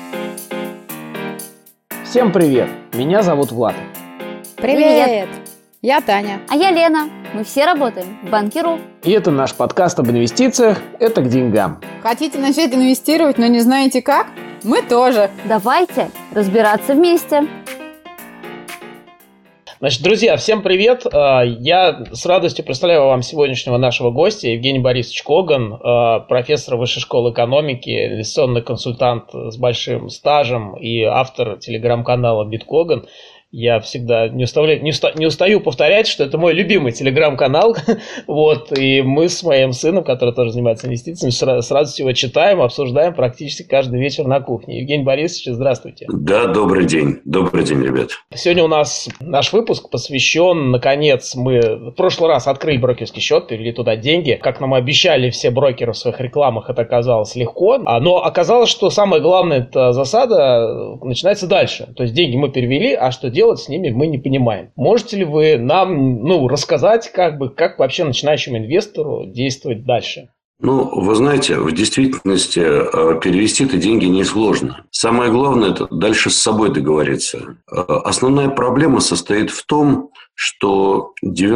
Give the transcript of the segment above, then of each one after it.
Всем привет! Меня зовут Влад. Привет! Я Таня. А я Лена. Мы все работаем в Банки.ру. И это наш подкаст об инвестициях «Это к деньгам». Хотите начать инвестировать, но не знаете как? Мы тоже. Давайте разбираться вместе. Значит, друзья, всем привет! Я с радостью представляю вам сегодняшнего нашего гостя, Евгений Борисович Коган, профессор Высшей школы экономики, инвестиционный консультант с большим стажем и автор телеграм-канала «Биткоган». Я всегда не устаю повторять, что это мой любимый телеграм-канал. Вот, и мы с моим сыном, который тоже занимается инвестициями, с радостью его читаем, обсуждаем практически каждый вечер на кухне. Евгений Борисович, здравствуйте. Да, добрый день. Добрый день, ребят. Сегодня у нас наш выпуск посвящен, наконец, мы в прошлый раз открыли брокерский счет, перевели туда деньги. Как нам обещали все брокеры в своих рекламах, это оказалось легко. Но оказалось, что самая главная засада начинается дальше. То есть деньги мы перевели, а что делать с ними мы не понимаем. Можете ли вы нам рассказать, как вообще начинающему инвестору действовать дальше? Вы знаете, в действительности перевести эти деньги несложно. Самое главное – это дальше с собой договориться. Основная проблема состоит в том, что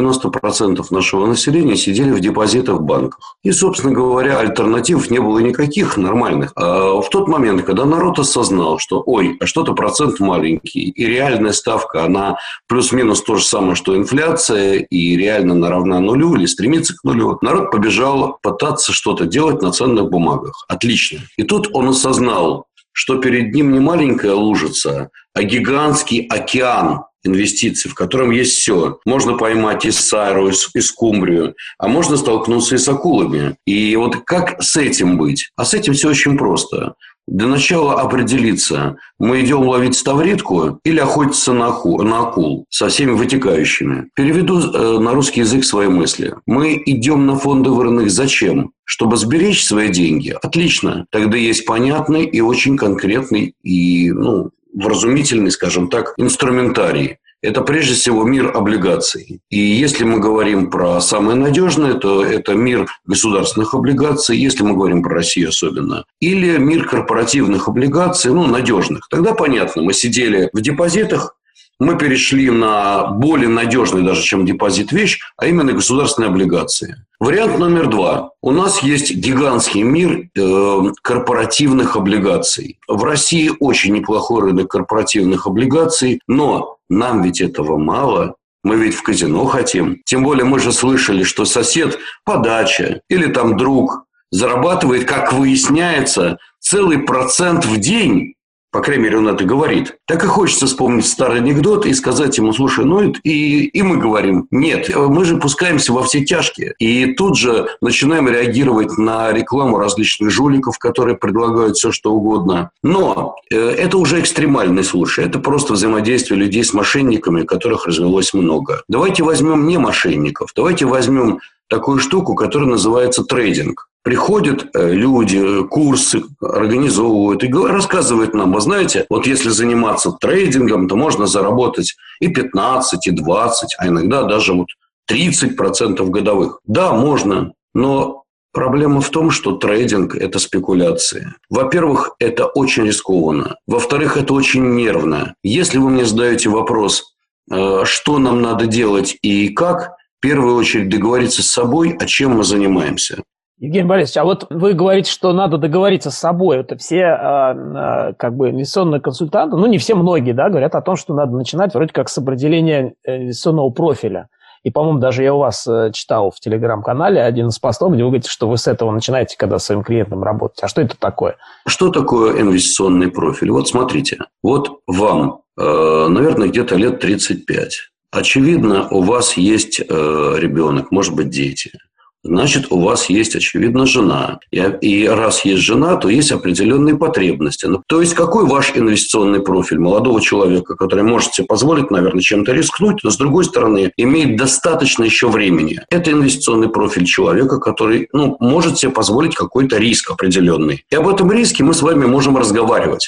90% нашего населения сидели в депозитах в банках. И, собственно говоря, альтернатив не было никаких нормальных. А в тот момент, когда народ осознал, что а что-то процент маленький, и реальная ставка, она плюс-минус то же самое, что инфляция, и реально она равна нулю или стремится к нулю, народ побежал пытаться что-то делать на ценных бумагах. Отлично. И тут он осознал, что перед ним не маленькая лужица, а гигантский океан инвестиций, в котором есть все. Можно поймать и сайру, и скумбрию, а можно столкнуться и с акулами. И вот как с этим быть? А с этим все очень просто. Для начала определиться, мы идем ловить ставритку или охотиться на акул со всеми вытекающими. Переведу на русский язык свои мысли. Мы идем на фондовый рынок зачем? Чтобы сберечь свои деньги? Отлично. Тогда есть понятный и очень конкретный и вразумительный, скажем так, инструментарий. Это прежде всего мир облигаций. И если мы говорим про самое надежное, то это мир государственных облигаций, если мы говорим про Россию особенно. Или мир корпоративных облигаций, надежных. Тогда понятно, мы сидели в депозитах, мы перешли на более надежный даже, чем депозит вещь, а именно государственные облигации. Вариант номер 2. У нас есть гигантский мир корпоративных облигаций. В России очень неплохой рынок корпоративных облигаций, но нам ведь этого мало. Мы ведь в казино хотим. Тем более мы же слышали, что сосед по даче или там друг зарабатывает, как выясняется, целый процент в день. По крайней мере, он это говорит. Так и хочется вспомнить старый анекдот и сказать ему: слушай, и мы говорим: нет, мы же пускаемся во все тяжкие. И тут же начинаем реагировать на рекламу различных жуликов, которые предлагают все, что угодно. Но это уже экстремальный случай. Это просто взаимодействие людей с мошенниками, которых развелось много. Давайте возьмем не мошенников. Давайте возьмем такую штуку, которая называется трейдинг. Приходят люди, курсы организовывают и рассказывают нам: вы знаете, вот если заниматься трейдингом, то можно заработать и 15, и 20, а иногда даже 30% годовых. Да, можно, но проблема в том, что трейдинг – это спекуляция. Во-первых, это очень рискованно. Во-вторых, это очень нервно. Если вы мне задаете вопрос, что нам надо делать и как, в первую очередь договориться с собой, о чем мы занимаемся. Евгений Борисович, а вот вы говорите, что надо договориться с собой. Это все инвестиционные консультанты, не все, многие, говорят о том, что надо начинать вроде как с определения инвестиционного профиля. И, по-моему, даже я у вас читал в телеграм-канале один из постов, где вы говорите, что вы с этого начинаете, когда с своим клиентом работаете. А что это такое? Что такое инвестиционный профиль? Вот смотрите, вот вам, наверное, где-то лет 35. Очевидно, у вас есть ребенок, может быть, дети. Значит, у вас есть, очевидно, жена. И раз есть жена, то есть определенные потребности. То есть, какой ваш инвестиционный профиль молодого человека, который может себе позволить, наверное, чем-то рискнуть, но, с другой стороны, имеет достаточно еще времени. Это инвестиционный профиль человека, который может себе позволить какой-то риск определенный. И об этом риске мы с вами можем разговаривать.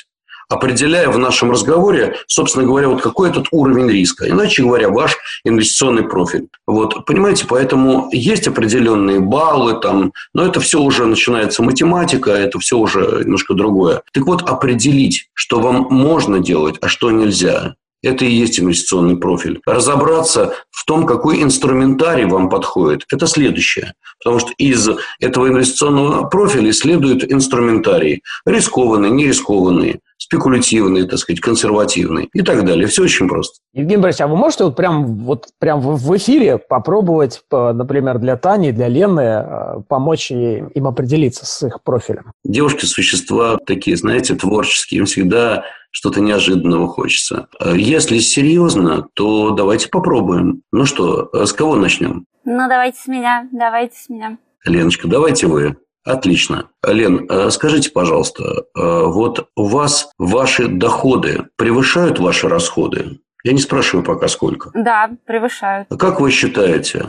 определяя в нашем разговоре, собственно говоря, вот какой этот уровень риска. Иначе говоря, ваш инвестиционный профиль. Вот, понимаете, поэтому есть определенные баллы, там, но это все уже начинается математика, это все уже немножко другое. Так вот, определить, что вам можно делать, а что нельзя. Это и есть инвестиционный профиль. Разобраться в том, какой инструментарий вам подходит, это следующее. Потому что из этого инвестиционного профиля следуют инструментарии. Рискованные, нерискованные, спекулятивные, так сказать, консервативные и так далее. Все очень просто. Евгений Борисович, а вы можете прям в эфире попробовать, например, для Тани, для Лены помочь им определиться с их профилем? Девушки – существа такие, знаете, творческие. Им всегда что-то неожиданного хочется. Если серьезно, то давайте попробуем. Ну что, с кого начнем? Ну, давайте с меня. Леночка, давайте вы. Отлично. Лен, скажите, пожалуйста, вот у вас ваши доходы превышают ваши расходы? Я не спрашиваю пока сколько. Да, превышают. Как вы считаете,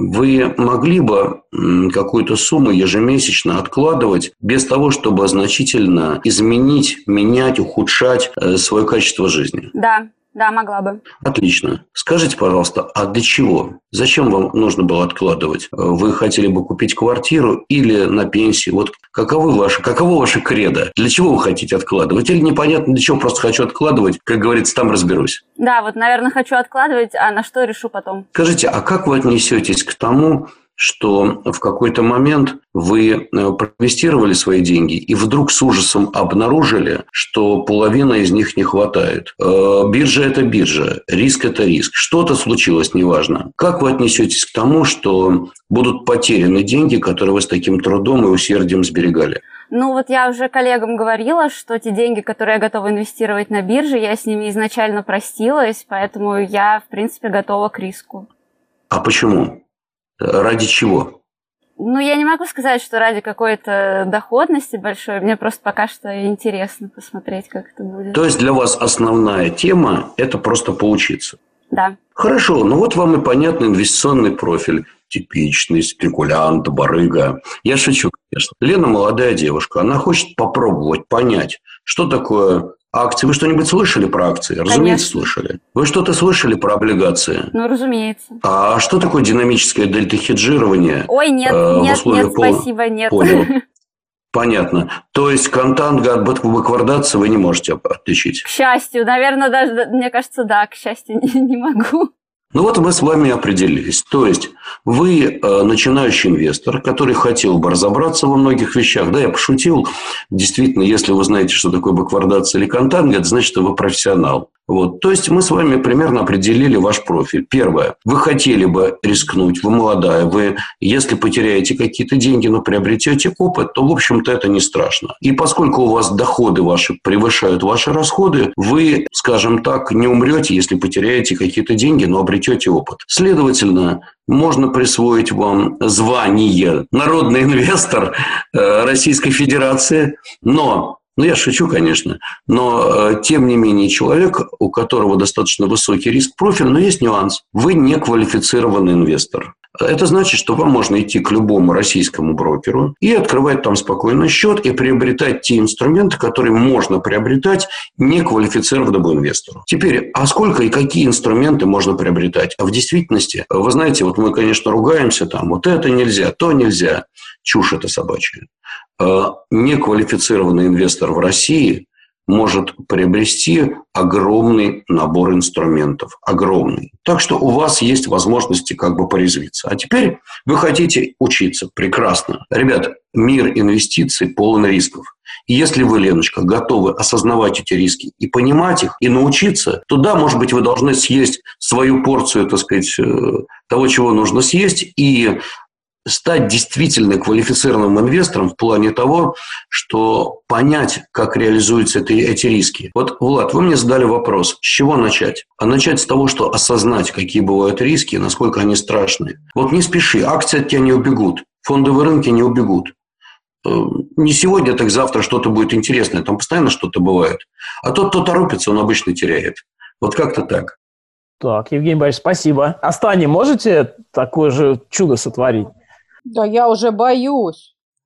вы могли бы какую-то сумму ежемесячно откладывать без того, чтобы значительно изменить, менять, ухудшать свое качество жизни? Да, могла бы. Отлично. Скажите, пожалуйста, а для чего? Зачем вам нужно было откладывать? Вы хотели бы купить квартиру или на пенсию? Вот каково ваше кредо? Для чего вы хотите откладывать? Или непонятно для чего, просто хочу откладывать, как говорится, там разберусь. Да, вот, наверное, хочу откладывать, а на что решу потом. Скажите, а как вы отнесетесь к тому, что в какой-то момент вы проинвестировали свои деньги и вдруг с ужасом обнаружили, что половина из них не хватает? Биржа – это биржа, риск – это риск. Что-то случилось, неважно. Как вы отнесетесь к тому, что будут потеряны деньги, которые вы с таким трудом и усердием сберегали? Ну, вот я уже коллегам говорила, что те деньги, которые я готова инвестировать на бирже, я с ними изначально простилась, поэтому я, в принципе, готова к риску. А почему? Ради чего? Ну, я не могу сказать, что ради какой-то доходности большой. Мне просто пока что интересно посмотреть, как это будет. То есть для вас основная тема – это просто поучиться? Да. Хорошо, ну вот вам и понятный инвестиционный профиль. Типичный спекулянт, барыга. Я шучу, конечно. Лена молодая девушка. Она хочет попробовать понять, что такое акции. Вы что-нибудь слышали про акции? Конечно. Разумеется, слышали. Вы что-то слышали про облигации? Ну, разумеется. А что такое динамическое дельтахеджирование? Ой, нет, спасибо, нет. Понял. Понятно. То есть контанго от баквардации вы не можете отличить? К счастью. Наверное, даже, мне кажется, да, к счастью, не могу. Ну вот мы с вами определились. То есть вы начинающий инвестор, который хотел бы разобраться во многих вещах. Да, я пошутил. Действительно, если вы знаете, что такое баквардация или контанго, это значит, что вы профессионал. Вот. То есть мы с вами примерно определили ваш профиль. Первое. Вы хотели бы рискнуть, вы молодая, вы, если потеряете какие-то деньги, но приобретете опыт, то, в общем-то, это не страшно. И поскольку у вас доходы ваши превышают ваши расходы, вы, скажем так, не умрете, если потеряете какие-то деньги, но обретете опыт. Следовательно, можно присвоить вам звание «Народный инвестор Российской Федерации», но... Ну, я шучу, конечно, но, тем не менее, человек, у которого достаточно высокий риск-профиль, но есть нюанс. Вы не квалифицированный инвестор. Это значит, что вам можно идти к любому российскому брокеру и открывать там спокойно счет и приобретать те инструменты, которые можно приобретать неквалифицированному инвестору. Теперь, а сколько и какие инструменты можно приобретать? А в действительности, вы знаете, вот мы, конечно, ругаемся там, вот это нельзя, то нельзя. Чушь это собачья. Неквалифицированный инвестор в России может приобрести огромный набор инструментов. Огромный. Так что у вас есть возможности как бы порезвиться. А теперь вы хотите учиться. Прекрасно. Ребят, мир инвестиций полон рисков. И если вы, Леночка, готовы осознавать эти риски и понимать их, и научиться, то да, может быть, вы должны съесть свою порцию, так сказать, того, чего нужно съесть, и стать действительно квалифицированным инвестором в плане того, что понять, как реализуются эти риски. Вот, Влад, вы мне задали вопрос, с чего начать? А начать с того, что осознать, какие бывают риски, насколько они страшные. Вот не спеши, акции от тебя не убегут, фондовые рынки не убегут. Не сегодня, так завтра что-то будет интересное, там постоянно что-то бывает. А тот, кто торопится, он обычно теряет. Вот как-то так. Так, Евгений Борисович, спасибо. А с Таней можете такое же чудо сотворить? Да я уже боюсь.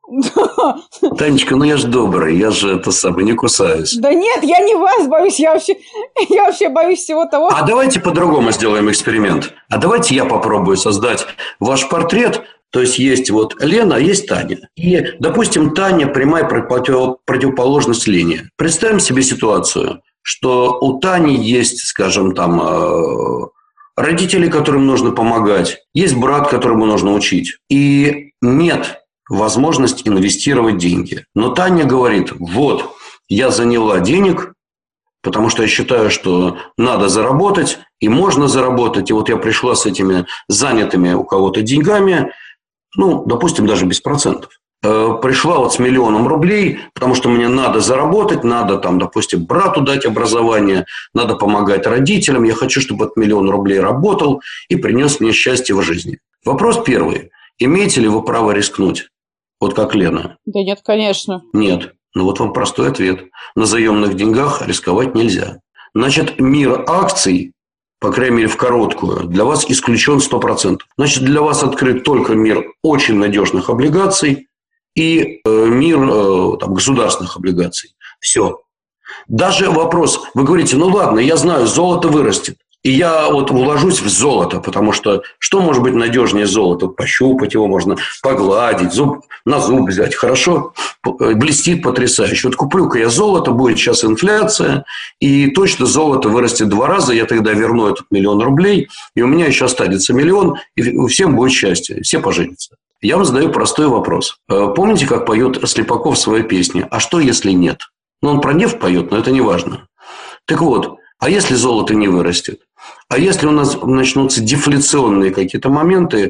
Танечка, ну я же добрый, я же это самое, не кусаюсь. Да нет, я не вас боюсь, я вообще боюсь всего того. А давайте по-другому сделаем эксперимент. А давайте я попробую создать ваш портрет. То есть есть вот Лена, а есть Таня. И, допустим, Таня прямая противоположность Лене. Представим себе ситуацию, что у Тани есть, скажем, там родители, которым нужно помогать, есть брат, которому нужно учить. И нет возможности инвестировать деньги. Но Таня говорит, вот, я заняла денег, потому что я считаю, что надо заработать, и можно заработать. И вот я пришла с этими занятыми у кого-то деньгами, ну, допустим, даже без процентов. Пришла вот с 1 000 000 рублей, потому что мне надо заработать, надо, там, допустим, брату дать образование, надо помогать родителям. Я хочу, чтобы этот 1 000 000 рублей работал и принес мне счастье в жизни. Вопрос первый. Имеете ли вы право рискнуть? Вот как Лена. Да нет, конечно. Нет. Ну вот вам простой ответ. На заемных деньгах рисковать нельзя. Значит, мир акций, по крайней мере, в короткую, для вас исключен 100%. Значит, для вас открыт только мир очень надежных облигаций и мир там, государственных облигаций. Все. Даже вопрос, вы говорите, ну ладно, я знаю, золото вырастет. И я вот вложусь в золото, потому что может быть надежнее золота? Пощупать его можно, погладить, на зуб взять. Хорошо, блестит потрясающе. Вот куплю-ка я золото, будет сейчас инфляция, и точно золото вырастет 2 раза, я тогда верну этот 1 000 000 рублей, и у меня еще останется 1 000 000, и всем будет счастье, все поженятся. Я вам задаю простой вопрос. Помните, как поет Слепаков в своей песне «А что, если нет?» Ну, он про нефть поет, но это не важно. Так вот, а если золото не вырастет? А если у нас начнутся дефляционные какие-то моменты,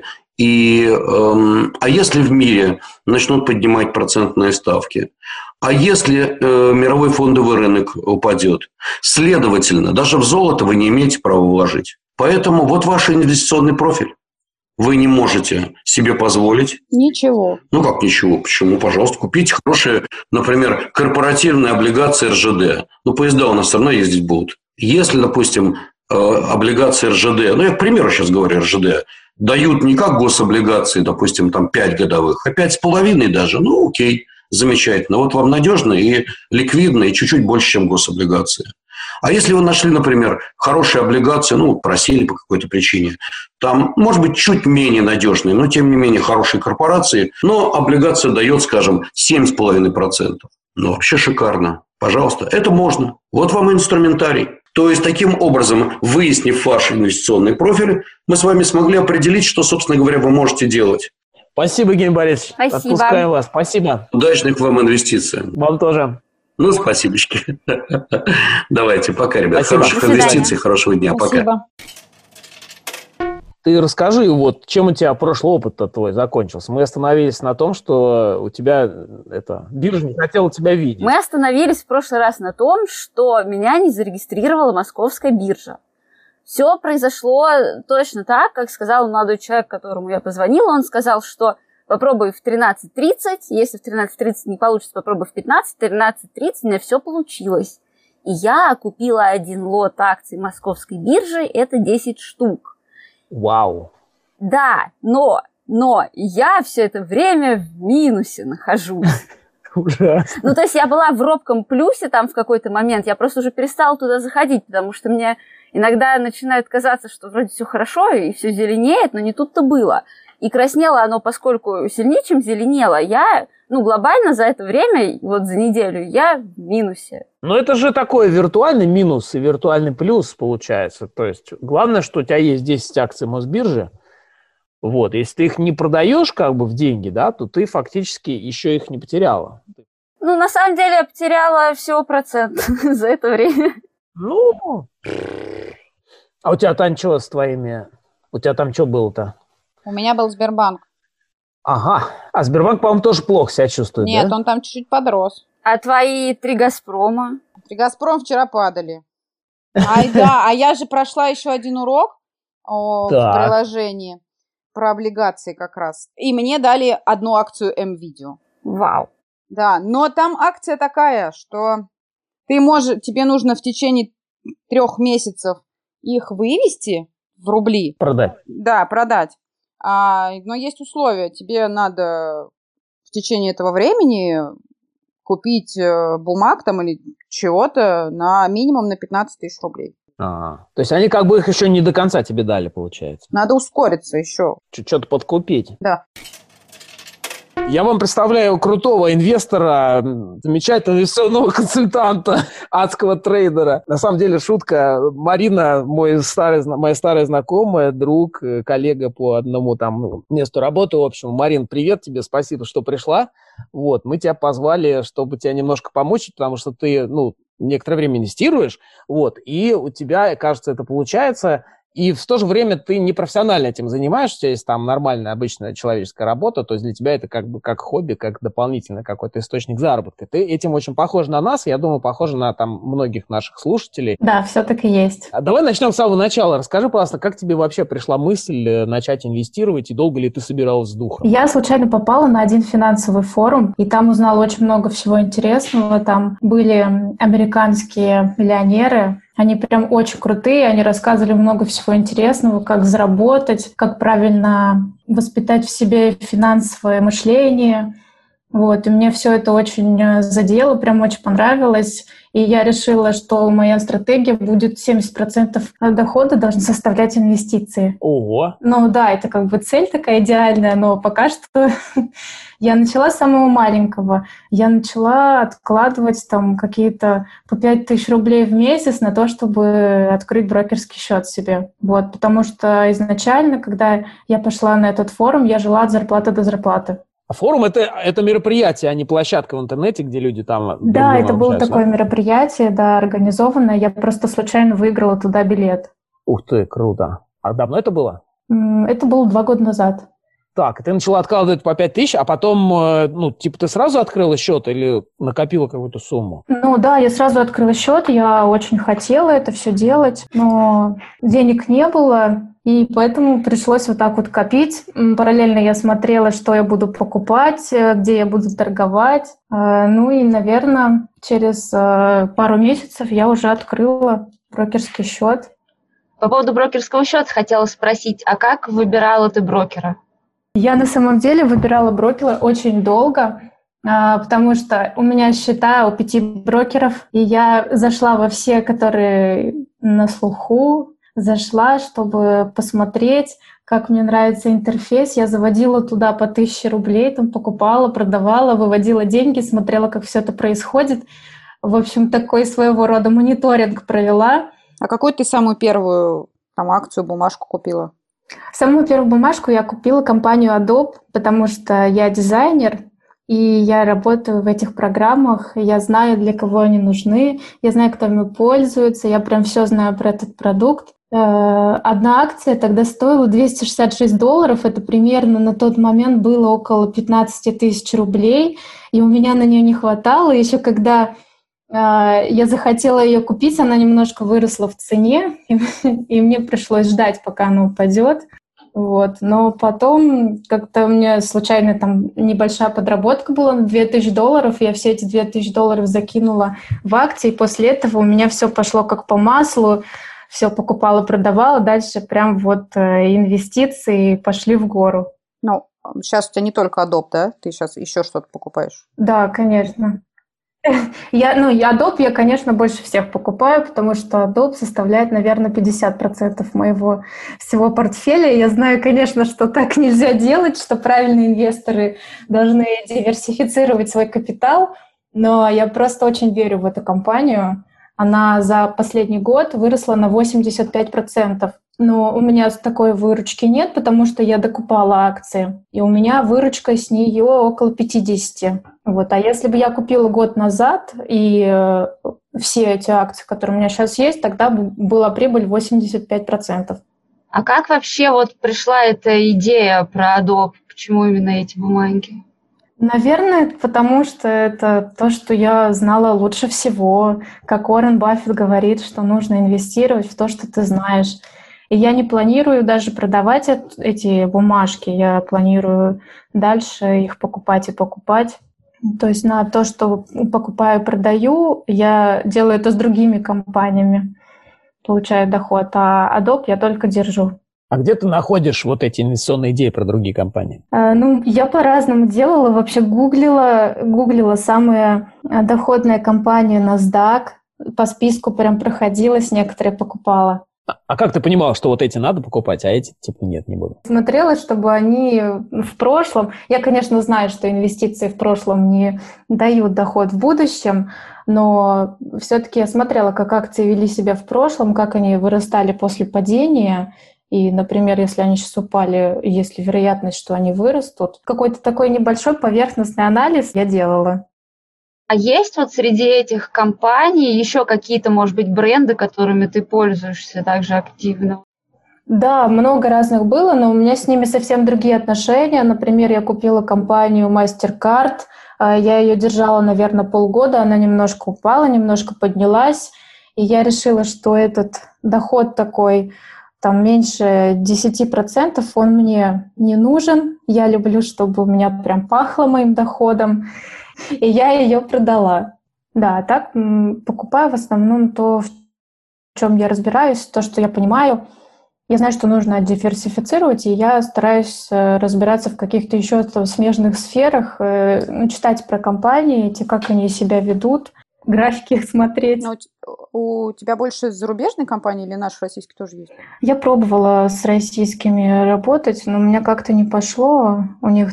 а если в мире начнут поднимать процентные ставки? А если мировой фондовый рынок упадет? Следовательно, даже в золото вы не имеете права вложить. Поэтому вот ваш инвестиционный профиль. Вы не можете себе позволить. Ничего. Ну, как ничего? Почему? Пожалуйста, купите хорошие, например, корпоративные облигации РЖД. Ну, поезда у нас все равно ездить будут. Если, допустим, облигации РЖД, ну, я к примеру сейчас говорю РЖД, дают не как гособлигации, допустим, там 5 годовых, а 5,5 даже, ну, окей, замечательно. Вот вам надежно и ликвидно, и чуть-чуть больше, чем гособлигации. А если вы нашли, например, хорошие облигации, ну, просели по какой-то причине, там, может быть, чуть менее надежные, но, тем не менее, хорошие корпорации, но облигация дает, скажем, 7,5%. Ну, вообще шикарно. Пожалуйста, это можно. Вот вам инструментарий. То есть, таким образом, выяснив ваш инвестиционный профиль, мы с вами смогли определить, что, собственно говоря, вы можете делать. Спасибо, Евгений Борисович. Спасибо. Отпускаем вас. Спасибо. Удачных вам инвестиций. Вам тоже. Ну, спасибочки. Давайте, пока, ребят. Спасибо. Хороших До свидания. инвестиций, хорошего дня. Пока. Спасибо. Ты расскажи, вот чем у тебя прошлый опыт твой закончился. Мы остановились на том, что у тебя биржа не хотела тебя видеть. Мы остановились в прошлый раз на том, что меня не зарегистрировала московская биржа. Все произошло точно так, как сказал молодой человек, которому я позвонила. Он сказал, что попробуй в 13:30, если в 13:30 не получится, попробуй в 15, в 13:30 у меня все получилось. И я купила 1 лот акций московской биржи, это 10 штук. Вау. Да, но я все это время в минусе нахожусь. Ужасно. Ну, то есть я была в робком плюсе там в какой-то момент, я просто уже перестала туда заходить, потому что мне иногда начинает казаться, что вроде все хорошо и все зеленеет, но не тут-то было. И краснело оно, поскольку сильнее, чем зеленело. Я, глобально за это время, вот за неделю, я в минусе. Но это же такой виртуальный минус и виртуальный плюс получается. То есть главное, что у тебя есть 10 акций Мосбиржи. Вот, если ты их не продаешь как бы в деньги, да, то ты фактически еще их не потеряла. Ну, на самом деле, я потеряла всего 1% за это время. Ну, а у тебя там что с твоими... У тебя там что было-то? У меня был Сбербанк. Ага. А Сбербанк, по-моему, тоже плохо себя чувствует, Нет, да? он там чуть-чуть подрос. А твои 3 «Газпрома»? 3 «Газпром» вчера падали. Ай, да, а я же прошла еще один урок в Так. приложении про облигации как раз. И мне дали 1 акцию М-Видео. Вау. Да, но там акция такая, что тебе нужно в течение 3 месяцев их вывести в рубли. Продать. Да, продать. Но есть условия. Тебе надо в течение этого времени купить бумаг там или чего-то на минимум на 15 тысяч рублей. То есть они как бы их еще не до конца тебе дали, получается. Надо ускориться еще. Что-то подкупить. Да. Я вам представляю крутого инвестора, замечательного инвестиционного консультанта, адского трейдера. На самом деле шутка. Марина, моя старая знакомая, друг, коллега по одному там месту работы. В общем, Марин, привет тебе, спасибо, что пришла. Вот, мы тебя позвали, чтобы тебя немножко помочь, потому что ты, некоторое время инвестируешь, вот, и у тебя, кажется, это получается. И в то же время ты не профессионально этим занимаешься, у тебя есть там нормальная, обычная человеческая работа, то есть для тебя это как бы как хобби, как дополнительный какой-то источник заработка. Ты этим очень похож на нас, я думаю, похож на там многих наших слушателей. Да, все так и есть. Давай начнем с самого начала. Расскажи, пожалуйста, как тебе вообще пришла мысль начать инвестировать, и долго ли ты собиралась с духом? Я случайно попала на один финансовый форум, и там узнала очень много всего интересного. Там были американские миллионеры. Они прям очень крутые, они рассказывали много всего интересного, как заработать, как правильно воспитать в себе финансовое мышление. Вот, и мне все это очень задело, прям очень понравилось. И я решила, что моя стратегия будет 70% дохода должны составлять инвестиции. Ого! Ну да, это как бы цель такая идеальная, но пока что я начала с самого маленького. Я начала откладывать там какие-то по 5000 рублей в месяц на то, чтобы открыть брокерский счет себе. Вот, потому что изначально, когда я пошла на этот форум, я жила от зарплаты до зарплаты. А форум это мероприятие, а не площадка в интернете, где люди там... Да, это было такое мероприятие, да, организованное. Я просто случайно выиграла туда билет. Ух ты, круто. А давно это было? Это было 2 года назад. Так, ты начала откладывать по 5000, а потом, ты сразу открыла счет или накопила какую-то сумму? Ну да, я сразу открыла счет, я очень хотела это все делать, но денег не было, и поэтому пришлось вот так вот копить. Параллельно я смотрела, что я буду покупать, где я буду торговать. Ну и, наверное, через пару месяцев я уже открыла брокерский счет. По поводу брокерского счета хотела спросить, а как выбирала ты брокера? Я на самом деле выбирала брокера очень долго, потому что у меня счета у 5 брокеров, и я зашла во все, которые на слуху, зашла, чтобы посмотреть, как мне нравится интерфейс. Я заводила туда по 1000 рублей, там покупала, продавала, выводила деньги, смотрела, как все это происходит. В общем, такой своего рода мониторинг провела. А какую ты самую первую там акцию, бумажку купила? Самую первую бумажку я купила компанию Adobe, потому что я дизайнер, и я работаю в этих программах, и я знаю, для кого они нужны, я знаю, кто ими пользуется, я прям все знаю про этот продукт. Одна акция тогда стоила $266, это примерно на тот момент было около 15 тысяч рублей, и у меня на нее не хватало. Еще когда я захотела ее купить, она немножко выросла в цене, и мне пришлось ждать, пока она упадет. Вот. Но потом как-то у меня случайно там небольшая подработка была на $2000, я все эти $2000 закинула в акции, и после этого у меня все пошло как по маслу, все покупала, продавала, дальше прям вот инвестиции пошли в гору. Ну, сейчас у тебя не только Adobe, да? Ты сейчас еще что-то покупаешь? Да, конечно. Adobe я, конечно, больше всех покупаю, потому что Adobe составляет, наверное, 50% моего всего портфеля. Я знаю, конечно, что так нельзя делать, что правильные инвесторы должны диверсифицировать свой капитал, но я просто очень верю в эту компанию. Она за последний год выросла на 85%. Но у меня такой выручки нет, потому что я докупала акции, и у меня выручка с нее около 50. Вот. А если бы я купила год назад и все эти акции, которые у меня сейчас есть, тогда бы была прибыль 85%. А как вообще вот пришла эта идея про Adobe? Почему именно эти бумаги? Наверное, потому что это то, что я знала лучше всего. Как Уоррен Баффет говорит, что нужно инвестировать в то, что ты знаешь. И я не планирую даже продавать эти бумажки. Я планирую дальше их покупать и покупать. То есть на то, что покупаю и продаю, я делаю это с другими компаниями, получаю доход. А Adobe я только держу. А где ты находишь вот эти инвестиционные идеи про другие компании? Ну, я по-разному делала. Вообще гуглила самые доходные компании NASDAQ. По списку прям проходилась, некоторые покупала. А как ты понимал, что вот эти надо покупать, а эти типа нет, не буду? Смотрела, чтобы они в прошлом... Я, конечно, знаю, что инвестиции в прошлом не дают доход в будущем, но все-таки я смотрела, как акции вели себя в прошлом, как они вырастали после падения. И, например, если они сейчас упали, есть ли вероятность, что они вырастут. Какой-то такой небольшой поверхностный анализ я делала. А есть вот среди этих компаний еще какие-то, может быть, бренды, которыми ты пользуешься также активно? Да, много разных было, но у меня с ними совсем другие отношения. Например, я купила компанию MasterCard. Я ее держала, наверное, полгода. Она немножко упала, немножко поднялась. И я решила, что этот доход такой, там меньше 10%, он мне не нужен. Я люблю, чтобы у меня прям пахло моим доходом. И я ее продала. Да, так покупаю в основном то, в чем я разбираюсь, то, что я понимаю. Я знаю, что нужно диверсифицировать, и я стараюсь разбираться в каких-то еще смежных сферах, читать про компании, как они себя ведут, графики их смотреть. Но у тебя больше зарубежные компании или наши российские тоже есть? Я пробовала с российскими работать, но у меня как-то не пошло. У них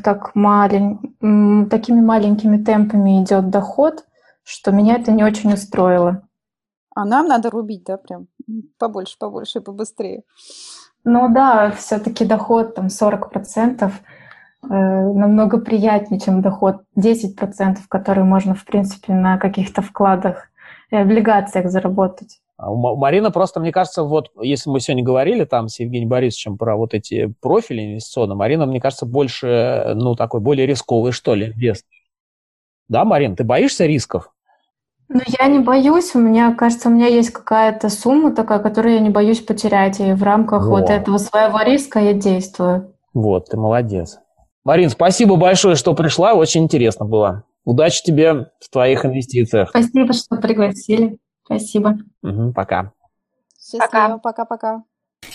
такими маленькими темпами идет доход, что меня это не очень устроило. А нам надо рубить, да, прям побольше и побыстрее. Ну да, все-таки доход там 40% намного приятнее, чем доход 10%, который можно, в принципе, на каких-то вкладах и облигациях заработать. Марина просто, мне кажется, вот если мы сегодня говорили там с Евгением Борисовичем про вот эти профили инвестиционные, Марина, мне кажется, больше, такой более рисковый, что ли, инвестор. Да, Марин, ты боишься рисков? Ну, я не боюсь. Кажется, у меня есть какая-то сумма такая, которую я не боюсь потерять. И в рамках вот этого своего риска я действую. Вот, ты молодец. Марин, спасибо большое, что пришла. Очень интересно было. Удачи тебе в твоих инвестициях. Спасибо, что пригласили. Спасибо. Пока. Счастливо. Пока-пока.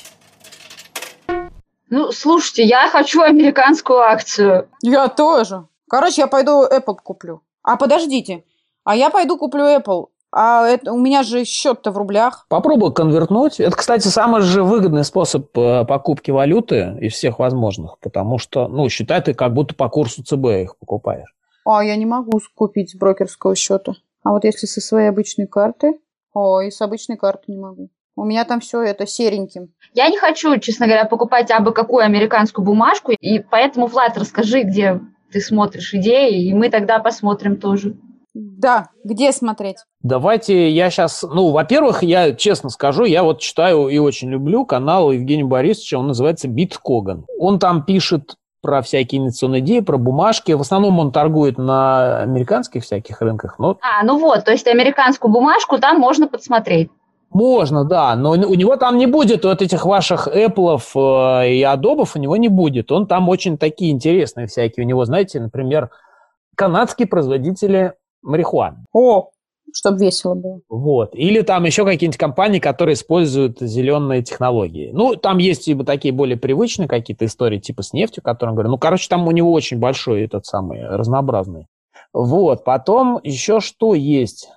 Ну, слушайте, я хочу американскую акцию. Я тоже. Короче, я пойду Apple куплю. А подождите. А я пойду куплю Apple. У меня же счет-то в рублях. Попробуй конвертнуть. Это, кстати, самый же выгодный способ покупки валюты из всех возможных, потому что, считай, ты как будто по курсу ЦБ их покупаешь. Я не могу купить с брокерского счета. А вот если со своей обычной карты? И с обычной карты не могу. У меня там все это сереньким. Я не хочу, честно говоря, покупать абы какую американскую бумажку, и поэтому, Влад, расскажи, где ты смотришь идеи, и мы тогда посмотрим тоже. Да, где смотреть? Давайте я сейчас... во-первых, я честно скажу, я вот читаю и очень люблю канал Евгения Борисовича, он называется «Биткоган». Он там пишет про всякие инвестиционные идеи, про бумажки. В основном он торгует на американских всяких рынках. То есть американскую бумажку там можно подсмотреть. Можно, да, но у него там не будет вот этих ваших Apple'ов и Adobe'ов, у него не будет. Он там очень такие интересные всякие. У него, знаете, например, канадские производители марихуаны. Чтобы весело было. Вот. Или там еще какие-нибудь компании, которые используют зеленые технологии. Там есть и такие более привычные какие-то истории, типа с нефтью, о котором говорю. Там у него очень большой этот самый разнообразный. Вот. Потом еще что есть?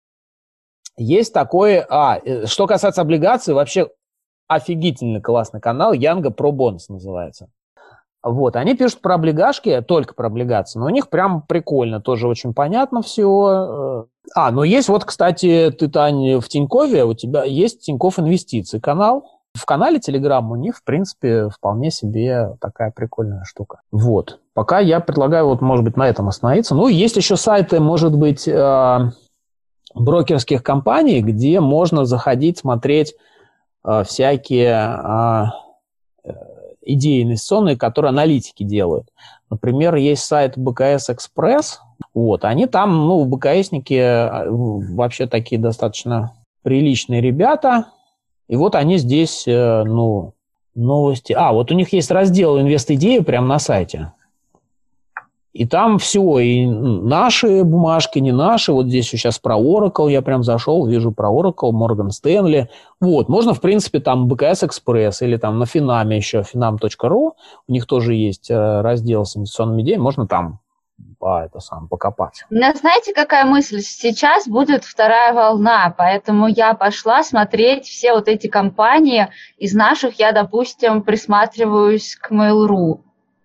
Есть такое... что касается облигаций, вообще офигительно классный канал, Янга Про Бонс называется. Вот, они пишут про облигашки, только про облигации, но у них прям прикольно, тоже очень понятно все. Но есть вот, кстати, ты, Тань, в Тинькове, у тебя есть Тинькофф Инвестиции канал. В канале Telegram у них, в принципе, вполне себе такая прикольная штука. Вот, пока я предлагаю, может быть, на этом остановиться. Есть еще сайты, может быть, брокерских компаний, где можно заходить, смотреть всякие... идеи инвестиционные, которые аналитики делают. Например, есть сайт БКС Экспресс. Они там, БКСники вообще такие достаточно приличные ребята. И вот они здесь, новости. Вот у них есть раздел «Инвест-идеи» прямо на сайте. И там все, и наши бумажки, не наши. Вот здесь сейчас про Oracle я прям зашел, вижу про Oracle, Morgan Stanley. Вот, можно, в принципе, там BKS Express или там на Финаме еще, finam.ru, у них тоже есть раздел с инвестиционными идеями, можно там покопать. У меня, знаете, какая мысль? Сейчас будет вторая волна, поэтому я пошла смотреть все вот эти компании. Из наших я, допустим, присматриваюсь к Mail.ru.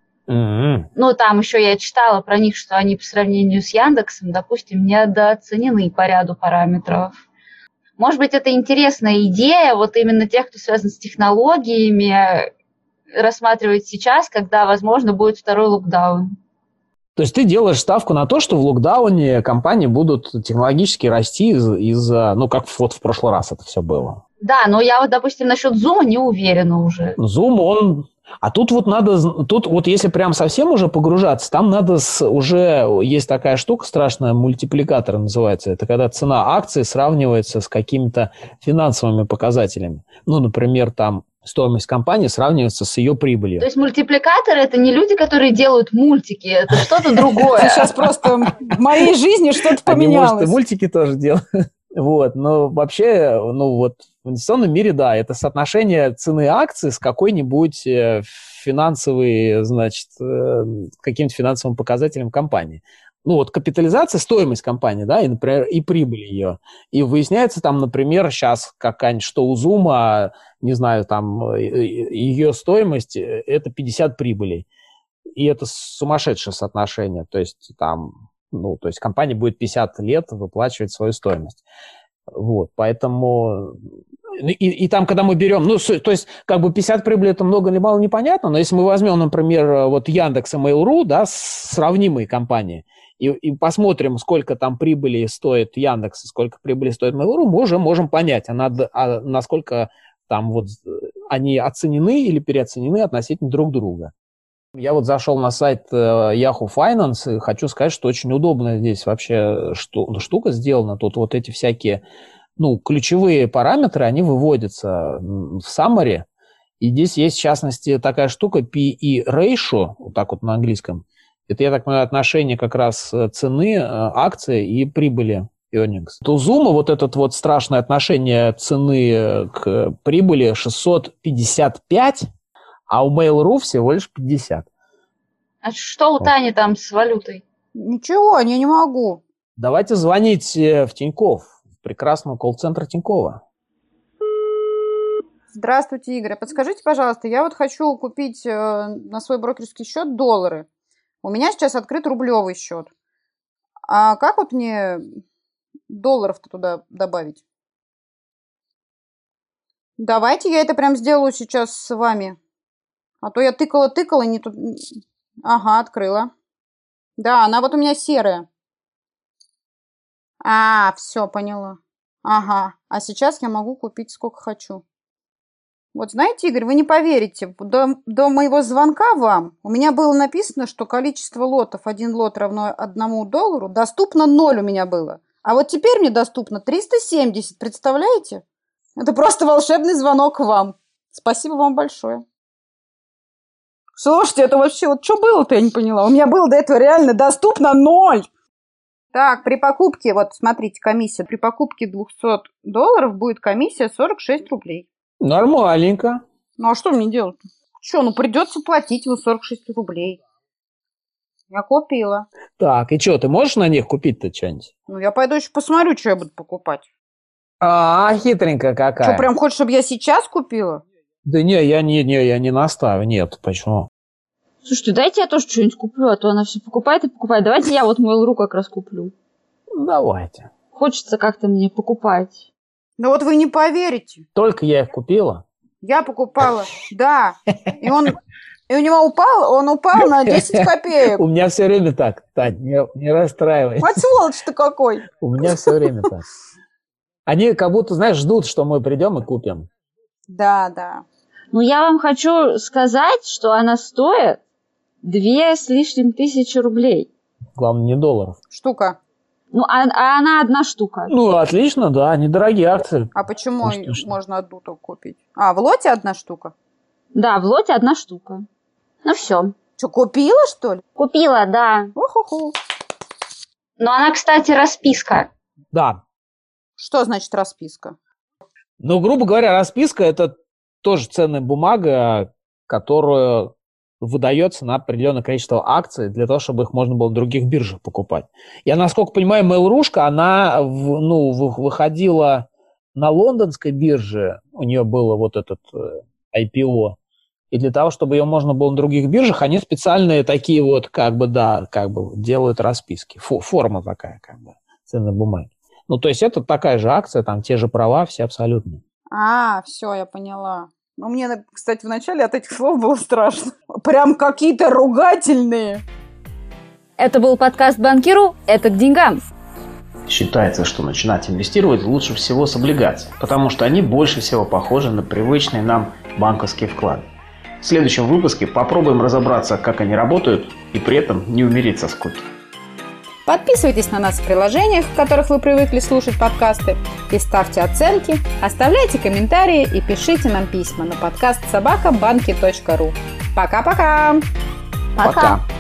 Ну, там еще я читала про них, что они по сравнению с Яндексом, допустим, недооценены по ряду параметров. Может быть, это интересная идея, вот именно тех, кто связан с технологиями, рассматривать сейчас, когда, возможно, будет второй локдаун. То есть ты делаешь ставку на то, что в локдауне компании будут технологически расти из-за, ну, как вот в прошлый раз это все было. Да, но я вот, допустим, насчет Zoom не уверена уже. Zoom, он... А тут вот надо, тут вот если прям совсем уже погружаться, там надо уже, есть такая штука страшная, мультипликатор называется, это когда цена акции сравнивается с какими-то финансовыми показателями. Ну, например, там стоимость компании сравнивается с ее прибылью. То есть мультипликаторы – это не люди, которые делают мультики, это что-то другое. Сейчас просто в моей жизни что-то поменялось. Они, может, и мультики тоже делают. Вот, но вообще, ну вот в инвестиционном мире, да, это соотношение цены акций с какой-нибудь финансовой, значит, каким-то финансовым показателем компании. Ну вот капитализация, стоимость компании, да, и, например, и прибыль ее. И выясняется там, например, сейчас какая-нибудь, что у Zoom, не знаю, там ее стоимость – это 50 прибылей. И это сумасшедшее соотношение, то есть там... Ну, то есть компания будет 50 лет выплачивать свою стоимость. Вот, поэтому... И там, когда мы берем... Ну, то есть, как бы 50 прибыли это много или мало, непонятно, но если мы возьмем, например, вот Яндекс и Mail.ru, да, сравнимые компании, и посмотрим, сколько там прибыли стоит Яндекс и сколько прибыли стоит Mail.ru, мы уже можем понять, насколько там вот они оценены или переоценены относительно друг друга. Я вот зашел на сайт Yahoo Finance и хочу сказать, что очень удобно здесь вообще штука сделана. Тут вот эти всякие, ну, ключевые параметры, они выводятся в summary. И здесь есть, в частности, такая штука PE ratio, вот так вот на английском. Это, я так понимаю, отношение как раз цены акции и прибыли earnings. У Zoom вот это вот страшное отношение цены к прибыли 655, а у Mail.ru всего лишь 50. А что у Тани там с валютой? Ничего, я не могу. Давайте звонить в Тинькофф, в прекрасного колл-центра Тинькова. Здравствуйте, Игорь. Подскажите, пожалуйста, я вот хочу купить на свой брокерский счет доллары. У меня сейчас открыт рублевый счет. А как вот мне долларов-то туда добавить? Давайте я это прям сделаю сейчас с вами. А то я тыкала, не тут... Ага, открыла. Да, она вот у меня серая. Все, поняла. Ага, а сейчас я могу купить сколько хочу. Вот знаете, Игорь, вы не поверите, до моего звонка вам у меня было написано, что количество лотов, 1 лот равно $1, доступно 0 у меня было. А вот теперь мне доступно 370, представляете? Это просто волшебный звонок вам. Спасибо вам большое. Слушайте, это вообще, вот что было-то, я не поняла. У меня было до этого реально доступно 0. Так, при покупке, вот смотрите, комиссия. При покупке $200 будет комиссия 46 рублей. Нормальненько. Ну, а что мне делать? Что, ну придется платить ему 46 рублей. Я купила. Так, и что, ты можешь на них купить-то что-нибудь? Ну, я пойду еще посмотрю, что я буду покупать. Хитренькая какая. Что, прям хочешь, чтобы я сейчас купила? Да не, я не настаиваю. Нет, почему? Слушайте, дайте я тоже что-нибудь куплю, а то она все покупает и покупает. Давайте я вот Mail.ru как раз куплю. Давайте. Хочется как-то мне покупать. Да вот вы не поверите. Только я их купила. Я покупала, да. И у него он упал на 10 копеек. У меня все время так, Тань, не расстраивайся. Вот сволочь ты какой. У меня все время так. Они как будто, знаешь, ждут, что мы придем и купим. Да. Ну, я вам хочу сказать, что она стоит 2 с лишним тысячи рублей. Главное, не долларов. Штука. Ну, а она одна штука. Ну, отлично, да, недорогие акции. А почему Ну, что? можно одну только купить? В лоте одна штука? Да, в лоте одна штука. Ну, все. Что, купила, что ли? Купила, да. Уху-ху. Но она, кстати, расписка. Да. Что значит расписка? Ну, грубо говоря, расписка – это тоже ценная бумага, которая выдается на определенное количество акций для того, чтобы их можно было в других биржах покупать. Я, насколько понимаю, Mail.ru-шка, она выходила на лондонской бирже, у нее было вот этот IPO, и для того, чтобы ее можно было на других биржах, они специальные такие вот, делают расписки. Форма такая, ценной бумаги. Ну, то есть это такая же акция, там те же права, все абсолютно. Все, я поняла. Ну, мне, кстати, вначале от этих слов было страшно. Прям какие-то ругательные. Это был подкаст «Банкиру. Это к деньгам». Считается, что начинать инвестировать лучше всего с облигаций, потому что они больше всего похожи на привычные нам банковские вклады. В следующем выпуске попробуем разобраться, как они работают, и при этом не умереть со скуки. Подписывайтесь на нас в приложениях, в которых вы привыкли слушать подкасты, и ставьте оценки, оставляйте комментарии и пишите нам письма на подкаст собакабанки.ру. Пока-пока! Пока!